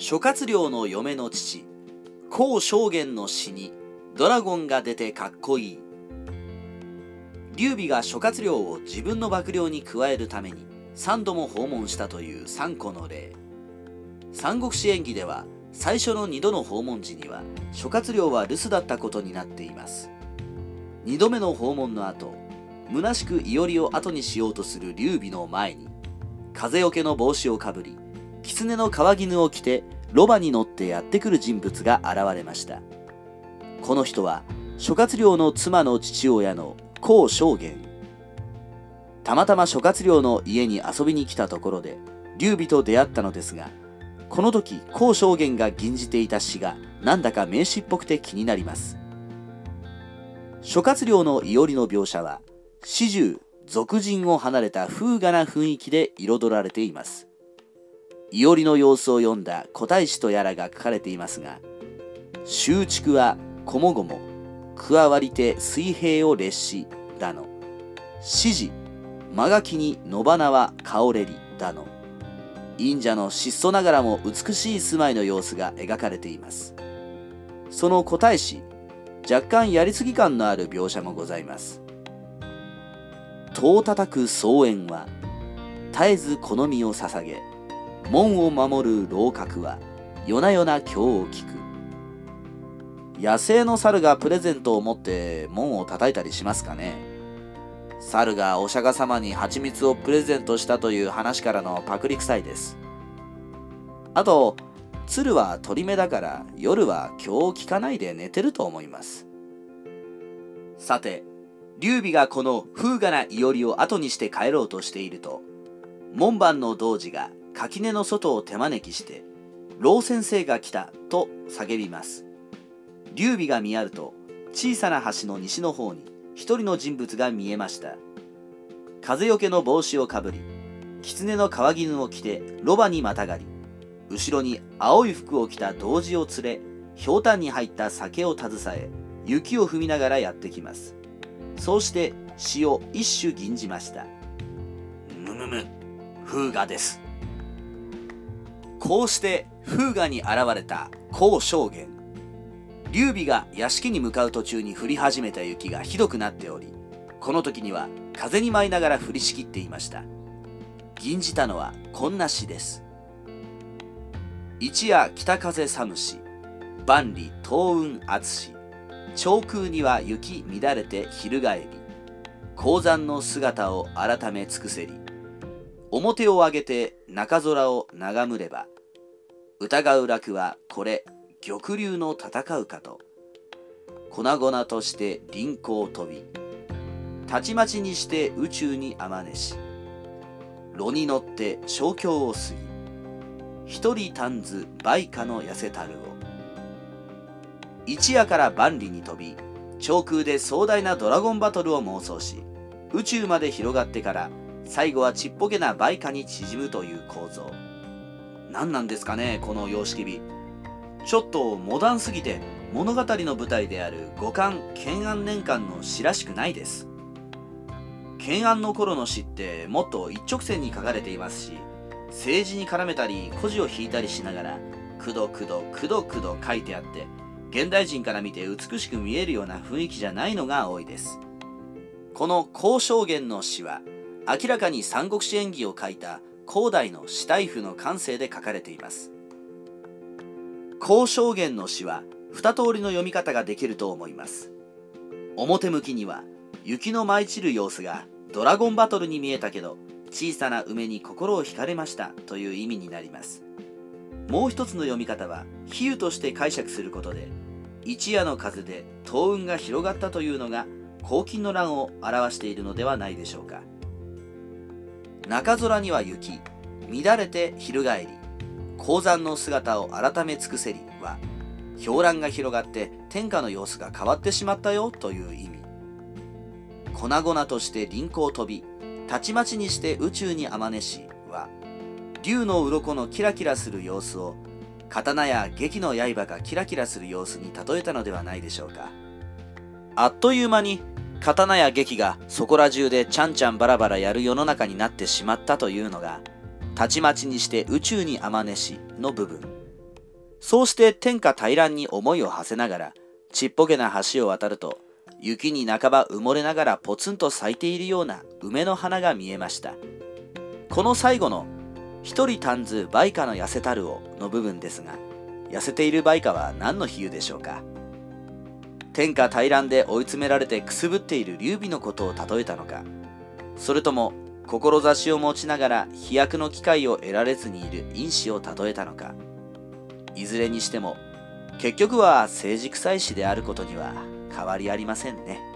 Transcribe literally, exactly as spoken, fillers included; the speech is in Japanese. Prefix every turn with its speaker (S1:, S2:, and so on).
S1: 諸葛亮の嫁の父孔尚元の死にドラゴンが出てかっこいい。劉備が諸葛亮を自分の幕僚に加えるためにさんども訪問したという三個の例。三国志演義では最初のにどの訪問時には諸葛亮は留守だったことになっています。にどめの訪問の後、虚しく伊織を後にしようとする劉備の前に、風よけの帽子をかぶり、狐の皮絹を着てロバに乗ってやってくる人物が現れました。この人は諸葛亮の妻の父親の孔尚元。たまたま諸葛亮の家に遊びに来たところで劉備と出会ったのですが、この時孔尚元が吟じていた詩がなんだか名詩っぽくて気になります。諸葛亮の伊織の描写は始終俗人を離れた風雅な雰囲気で彩られています。伊織の様子を読んだ古代史とやらが書かれていますが、修築はこもごも加わりて水平を列しだの、指示間垣に野花は香れりだの、忍者の質素ながらも美しい住まいの様子が描かれています。その古代史、若干やりすぎ感のある描写もございます。戸を叩く荘園は絶えず好みを捧げ、門を守る楼閣は夜な夜な経を聞く。野生の猿がプレゼントを持って門を叩いたりしますかね。猿がお釈迦様に蜂蜜をプレゼントしたという話からのパクリ臭いです。あと、鶴は鳥目だから夜は経を聞かないで寝てると思います。さて、劉備がこの風雅な伊織を後にして帰ろうとしていると、門番の童子が垣根の外を手招きして「老先生が来た」と叫びます。劉備が見やると、小さな橋の西の方に一人の人物が見えました。風よけの帽子をかぶり、狐の皮絹を着てロバにまたがり、後ろに青い服を着た童子を連れ、ひょうたんに入った酒を携え、雪を踏みながらやってきます。そうして詩を一首吟じました。むむむ、風雅です。こうして風雅に現れた孔尚元。劉備が屋敷に向かう途中に降り始めた雪がひどくなっており、この時には風に舞いながら降りしきっていました。吟じたのはこんな詩です。一夜北風寒し、万里東雲暑し、長空には雪乱れて翻り、高山の姿を改め尽くせり、表を上げて中空を眺むれば、疑う楽はこれ玉竜の戦うかと、粉々として輪行飛び、たちまちにして宇宙にあまねし、炉に乗って小京を過ぎ、一人単ず梅花の痩せたるを、一夜から万里に飛び、長空で壮大なドラゴンバトルを妄想し、宇宙まで広がってから最後はちっぽけな梅花に縮むという構造。何なんですかね、この様式美。ちょっとモダンすぎて物語の舞台である五冠建安年間の詩らしくないです。建安の頃の詩ってもっと一直線に書かれていますし、政治に絡めたり故事を引いたりしながらくどくどくどくど書いてあって、現代人から見て美しく見えるような雰囲気じゃないのが多いです。この孔尚元の詩は明らかに三国志演義を書いた孔代の士大夫の感性で書かれています。孔尚元の詩は二通りの読み方ができると思います。表向きには雪の舞い散る様子がドラゴンバトルに見えたけど小さな梅に心を惹かれましたという意味になります。もう一つの読み方は比喩として解釈することで、一夜の風で東雲が広がったというのが黄金の乱を表しているのではないでしょうか。中空には雪、乱れて翻り、高山の姿を改め尽くせりは、氷乱が広がって天下の様子が変わってしまったよという意味。粉々として輪行飛び、たちまちにして宇宙にあまねしは、竜の鱗のキラキラする様子を刀や戟の刃がキラキラする様子に例えたのではないでしょうか。あっという間に刀や戟がそこら中でちゃんちゃんバラバラやる世の中になってしまったというのが、たちまちにして宇宙にあまねしの部分。 そうして天下大乱に思いを馳せながらちっぽけな橋を渡ると、雪に半ば埋もれながらポツンと咲いているような梅の花が見えました。この最後の一人単ず梅花の痩せたるをの部分ですが、痩せている梅花は何の比喩でしょうか。天下大乱で追い詰められてくすぶっている劉備のことを例えたのか、それとも志を持ちながら飛躍の機会を得られずにいる因子を例えたのか。いずれにしても結局は政治臭い詩であることには変わりありませんね。